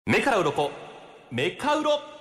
目から鱗メカウロ。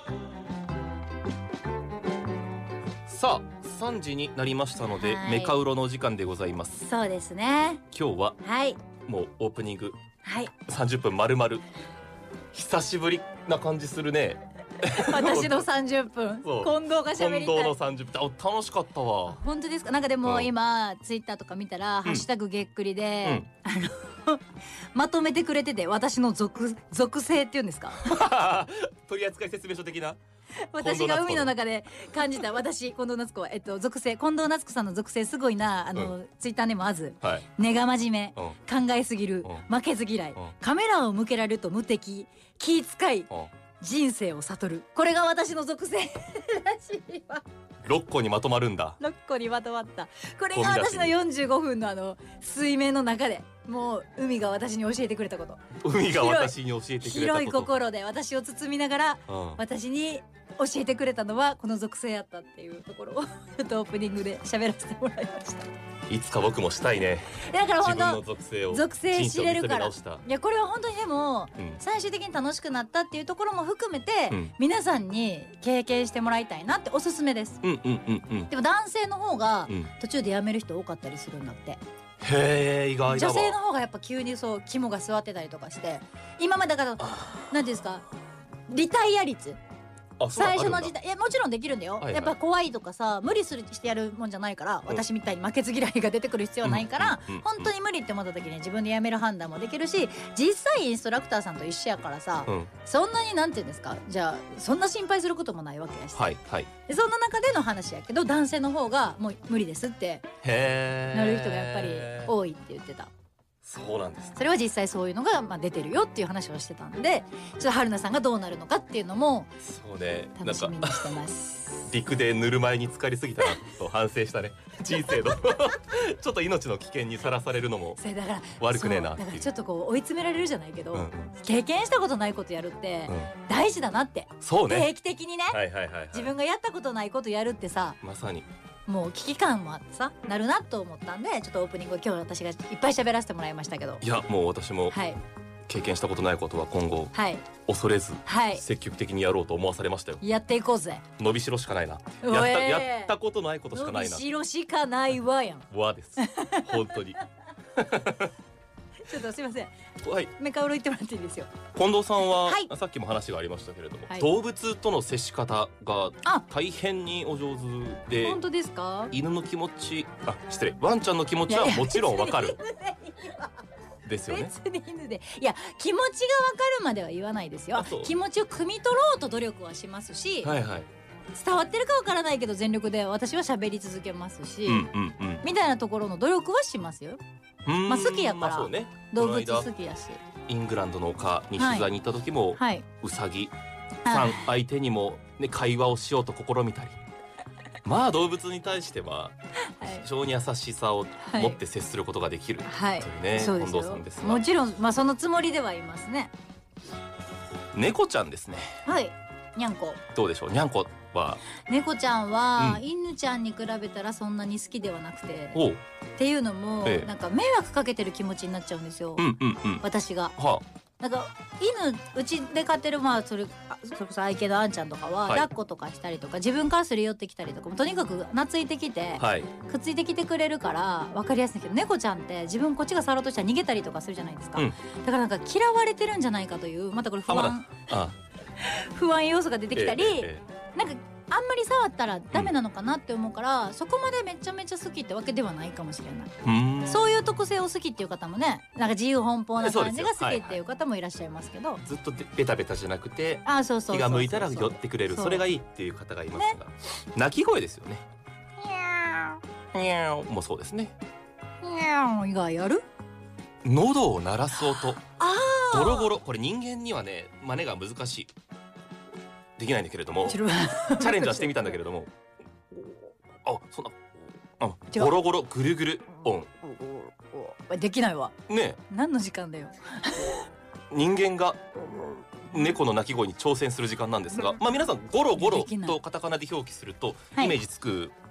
さあ3時になりましたので、メカウロの時間でございます。 そうですね。 今日ははいもうオープニングはい 30分丸々久しぶりな感じするね。 私の30分そう近藤が喋りたい。 近藤の30分楽しかったわ。 本当ですか。なんかでも今ツイッターとか見たら、ハッシュタグげっくりで、まとめてくれてて、私の属性っていうんですか。 取扱説明書的な。 私が海の中で感じた近藤夏子は属性、近藤夏子さんの属性すごいな。ツイッターにもまず、根が真面目、考えすぎる、負けず嫌い、カメラを向けられると無敵、気遣い、人生を悟る。これが私の属性らしいわ。 6個にまとまるんだ。 6個にまとまった。これが私の45分の水面の中で、もう海が私に教えてくれたこと。 海が私に教えてくれたこと。 広い心で私を包みながら、私に教えてくれたのはこの属性やったっていうところをちょっとオープニングで喋らせてもらいました。 いつか僕もしたいね。 だから本当自分の属性を属性知れるから。いやこれは本当にでも、最終的に楽しくなったっていうところも含めて、皆さんに経験してもらいたいなっておすすめです。でも男性の方が途中で辞める人多かったりするんだって。 へえ、意外だわ。 女性の方がやっぱ急にそう肝が据わってたりとかして、今までだからなんていうんですか、リタイア率、最初の時代、いやもちろんできるんだよ、やっぱ怖いとかさ、無理してやるもんじゃないから、私みたいに負けず嫌いが出てくる必要はないから、本当に無理って思った時に自分でやめる判断もできるし、実際インストラクターさんと一緒やからさ、そんなになんていうんですか、じゃあそんな心配することもないわけやし、でそんな中での話やけど、男性の方がもう無理ですってなる人がやっぱり多いって言ってた。 そうなんです、ね、 それは実際そういうのが出てるよっていう話をしてたんで、ちょっと春菜さんがどうなるのかっていうのもそうね、 楽しみにしてます。 陸でぬるま湯に浸かりすぎたなと反省したね。人生のちょっと命の危険にさらされるのも悪くねえなっていう。 だからちょっとこう追い詰められるじゃないけど、経験したことないことやるって大事だなって。そうね、定期的にね、自分がやったことないことやるってさ、 まさにもう危機感もあってさ、なるなと思ったんで、ちょっとオープニング今日私がいっぱい喋らせてもらいましたけど、 いやもう私も経験したことないことは今後恐れず積極的にやろうと思わされましたよ。 やっていこうぜ。 伸びしろしかないな。やったことないことしかないな。 伸びしろしかないわやん。 わです本当に。 ちょっとすいません、メカウロ言ってもらっていいですよ。 近藤さんは、さっきも話がありましたけれども、動物との接し方が大変にお上手で。本当ですか。犬の気持ち、失礼、ワンちゃんの気持ちはもちろんわかるですよね。別に犬で、 いや気持ちがわかるまでは言わないですよ。気持ちを汲み取ろうと努力はしますし、伝わってるかわからないけど全力で私は喋り続けますし、みたいなところの努力はしますよ。まあ好きやから、動物好きやし。 イングランドの丘に取材に行った時も、ウサギさん相手にもね会話をしようと試みたり、まあ動物に対しては非常に優しさを持って接することができるというね、近藤さんですが、 もちろんそのつもりではいますね。 猫ちゃんですね。 にゃんこどうでしょう。にゃんこは、 猫ちゃんは、犬ちゃんに比べたらそんなに好きではなくて、っていうのも、なんか迷惑かけてる気持ちになっちゃうんですよ、私が。なんか犬うちで飼ってる、それこそ愛犬のあんちゃんとかは、抱っことかしたりとか、自分からすり寄ってきたりとか、とにかく懐いてきて、くっついてきてくれるから分かりやすいけど、猫ちゃんって自分こっちが触ろうとしたら逃げたりとかするじゃないですか、だからなんか嫌われてるんじゃないかという、またこれ不安要素が出てきたり、なんかあんまり触ったらダメなのかなって思うから、そこまでめちゃめちゃ好きってわけではないかもしれない。そういう特性を好きっていう方もね、なんか自由奔放な感じが好きっていう方もいらっしゃいますけど、 ずっとベタベタじゃなくて気が向いたら寄ってくれる、それがいいっていう方がいますが、鳴き声ですよね。ニャーニャーもそうですね。 ニャー以外やる？ 喉を鳴らす音、ゴロゴロ、これ人間にはね真似が難しい、できないんだけれども、チャレンジはしてみたんだけれども、そんなゴロゴロぐるぐる音できないわね。 何の時間だよ。 人間が猫の鳴き声に挑戦する時間なんですが、皆さんゴロゴロとカタカナで表記するとイメージつく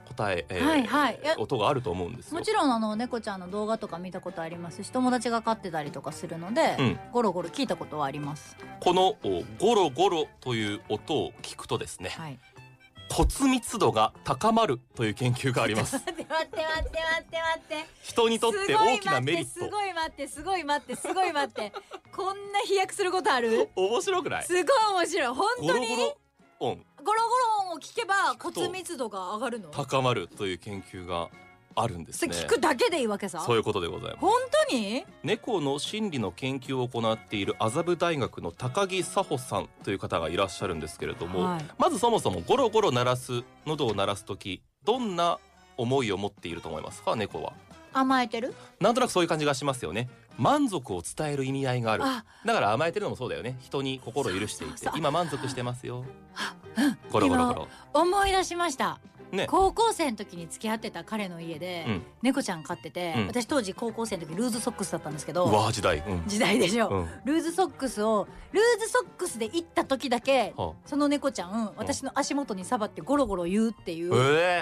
答え、音があると思うんですよ。 もちろん猫ちゃんの動画とか見たことありますし、友達が飼ってたりとかするので、ゴロゴロ聞いたことはあります。 このゴロゴロという音を聞くとですね、骨密度が高まるという研究があります。 待って人にとって大きなメリット。 すごい待ってこんな飛躍することある？ 面白くない？ すごい面白い。本当にゴロゴロ音を聞けば骨密度が上がるの？ 高まるという研究があるんですね。 聞くだけでいいわけさ。 そういうことでございます。 本当に？ 猫の心理の研究を行っている麻布大学の高木佐穂さんという方がいらっしゃるんですけれども、まずそもそもゴロゴロ鳴らす、喉を鳴らすときどんな思いを持っていると思いますか？猫は甘えてる？ なんとなくそういう感じがしますよね。満足を伝える意味合いがある。だから甘えてるのもそうだよね。人に心を許していて、今満足してますよ。ゴロゴロゴロ。 思い出しました。高校生の時に付き合ってた彼の家で猫ちゃん飼ってて、私当時高校生の時ルーズソックスだったんですけど、 うわ時代でしょ。ルーズソックスで行った時だけその猫ちゃん私の足元に触ってゴロゴロ言うっていう。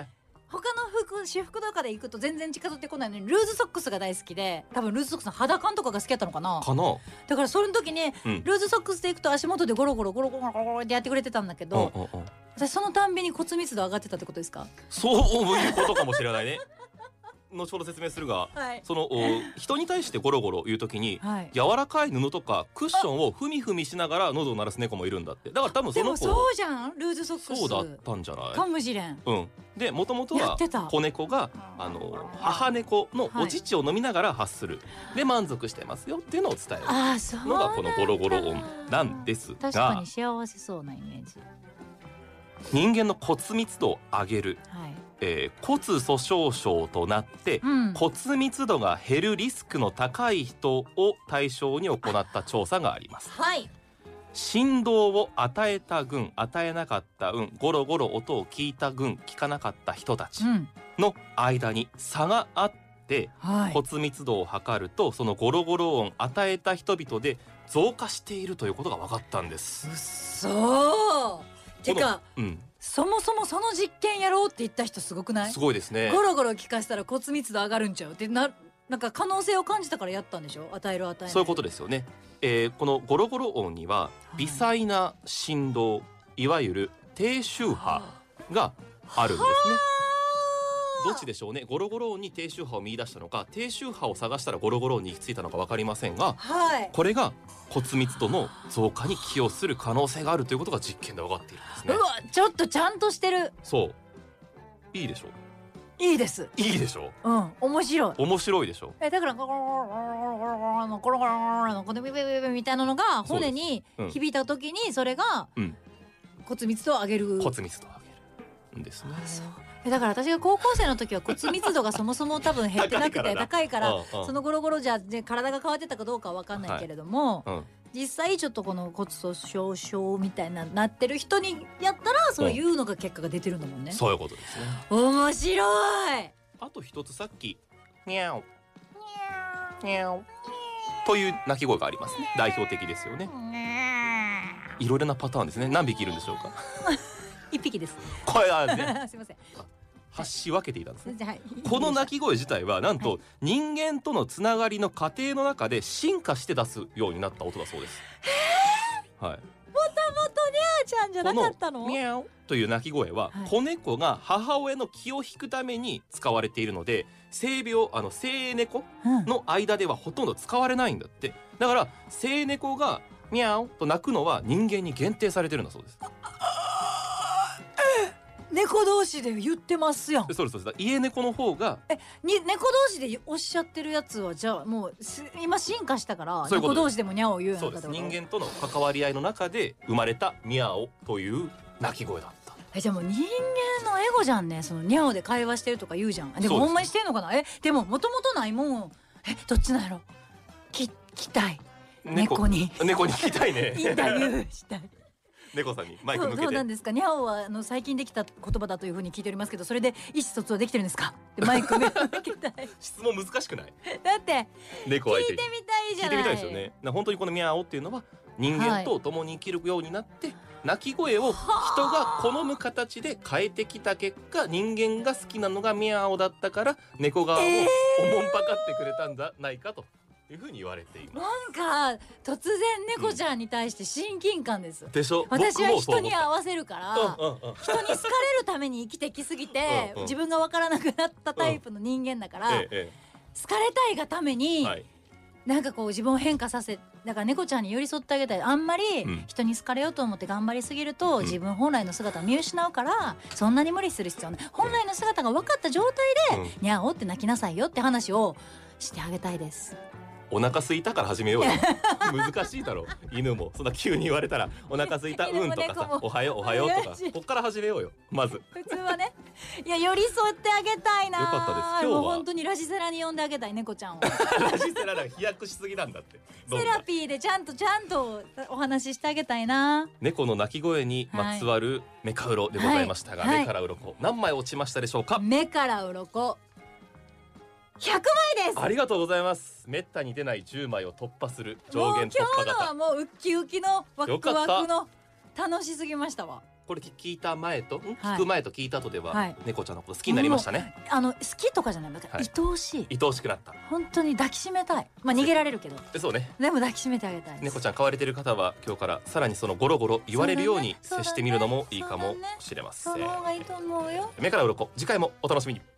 他の私服とかで行くと全然近づいてこないのにルーズソックスが大好きで、多分ルーズソックスの肌感とかが好きだったのかな。だからその時にルーズソックスで行くと足元でゴロゴロゴロゴロゴロってやってくれてたんだけど、私そのたんびに骨密度上がってたってことですか？ そういうことかもしれないね。後ほど説明するが、その人に対してゴロゴロ言うときに、柔らかい布とかクッションをふみふみしながら喉を鳴らす猫もいるんだって。だから多分その子でもそうじゃん、ルーズソックスそうだったんじゃないかもしれん。 でもともとは子猫が母猫のお乳を飲みながら発する、で満足してますよっていうのを伝えるのがこのゴロゴロ音なんですが、 確かに幸せそうなイメージ。 人間の骨密度を上げる、骨粗しょう症となって、骨密度が減るリスクの高い人を対象に行った調査があります。振動を与えた群、与えなかった群、ゴロゴロ音を聞いた群、聞かなかった人たちの間に差があって、骨密度を測るとそのゴロゴロ音与えた人々で増加しているということが分かったんです。 てか、そもそもその実験やろうって言った人すごくない？すごいですね。 ゴロゴロ聞かせたら骨密度上がるんちゃうってなんか可能性を感じたからやったんでしょ？与える与えない。 そういうことですよね。このゴロゴロ音には微細な振動、いわゆる低周波があるんですね。どっちでしょうね。ゴロゴロ音に低周波を見出したのか、低周波を探したらゴロゴロ音に行き着いたのか分かりませんが、これが骨密度の増加に寄与する可能性があるということが実験で分かっているんですね。 うわ、ちょっとちゃんとしてる。 そういいでしょう。 いいです。 いいでしょう。面白い。 面白いでしょ。 だからゴロゴロゴロゴロゴロゴロのこのビビビビみたいなのが骨に響いた時にそれが骨密度を上げる。 骨密度を上げるんですね。 だから私が高校生の時は骨密度がそもそも多分減ってなくて高いからそのゴロゴロじゃ体が変わってたかどうかは分かんないけれども、実際ちょっとこの骨粗しょう症みたいななってる人にやったらそういうのが結果が出てるんだもんね。 そういうことですね。 面白い。 あと一つ、さっきニャオニャオという鳴き声がありますね。代表的ですよね。いろいろなパターンですね。何匹いるんでしょうか？ 一匹です。 これはね、 すいません。 発し分けていたんですね。この鳴き声自体はなんと人間とのつながりの過程の中で進化して出すようになった音だそうです。もともとニャーちゃんじゃなかったの？ミャオという鳴き声は子猫が母親の気を引くために使われているので、生猫の間ではほとんど使われないんだって。だから生猫がミャオと鳴くのは人間に限定されてるんだそうです。 猫同士で言ってますやん。 そうです。家猫の方が猫同士でおっしゃってるやつはじゃあもう今進化したから猫同士でもニャオ言うようになったってこと？ 人間との関わり合いの中で生まれたミャオという鳴き声だった。 じゃあもう人間のエゴじゃんね。そのニャオで会話してるとか言うじゃん。でもほんまにしてんのかな？でももともとないもん。どっちなんやろ？聞きたい。猫に聞きたいね。 インタビューしたい。 猫さんにマイク向けて。 そうなんですか。ニャオは最近できた言葉だというふうに聞いておりますけど、それで意思疎通はできてるんですか？マイク向けたい。 質問難しくない？ だって猫相手に聞いてみたいじゃない。 聞いてみたいですよね。本当にこのミャオっていうのは人間と共に生きるようになって、 鳴き声を人が好む形で変えてきた結果、人間が好きなのがミャオだったから猫側をおもんぱかってくれたんじゃないかというふうに言われています。 なんか突然猫ちゃんに対して親近感です、 でしょ。 私は人に合わせるから、人に好かれるために生きてきすぎて、自分が分からなくなったタイプの人間だから、好かれたいがために、なんかこう自分を変化させ、だから猫ちゃんに寄り添ってあげたい。あんまり人に好かれようと思って頑張りすぎると、自分本来の姿を見失うから、そんなに無理する必要ない。本来の姿が分かった状態で、にゃおって泣きなさいよって話をしてあげたいです。 お腹空いたから始めようよ難しいだろ犬も。そんな急に言われたらお腹空いたうんとかさ、おはようおはようとか、こっから始めようよまず。 普通はね、いや寄り添ってあげたいな。 よかったです。今日は本当にラジセラに呼んであげたい猫ちゃんをラジセラだ、飛躍しすぎなんだって。 セラピーでちゃんとお話ししてあげたいな。 猫の鳴き声にまつわるメカウロでございましたが、目から鱗何枚落ちましたでしょうか。 目から鱗100枚です。 ありがとうございます。めったに出ない10枚を突破する上限突破型。 もう今日のはもうウッキウキのワクワクの楽しすぎましたわ。 これ聞いた前と、聞く前と聞いた後では、猫ちゃんのこと好きになりましたね。 好きとかじゃない、なんか愛おしい、 愛おしくなった。 本当に抱きしめたい。まあ逃げられるけど、 そうね、 でも抱きしめてあげたい。 猫ちゃん飼われてる方は今日からさらにそのゴロゴロ言われるように接してみるのもいいかもしれません。 その方がいいと思うよ。 目から鱗、次回もお楽しみに。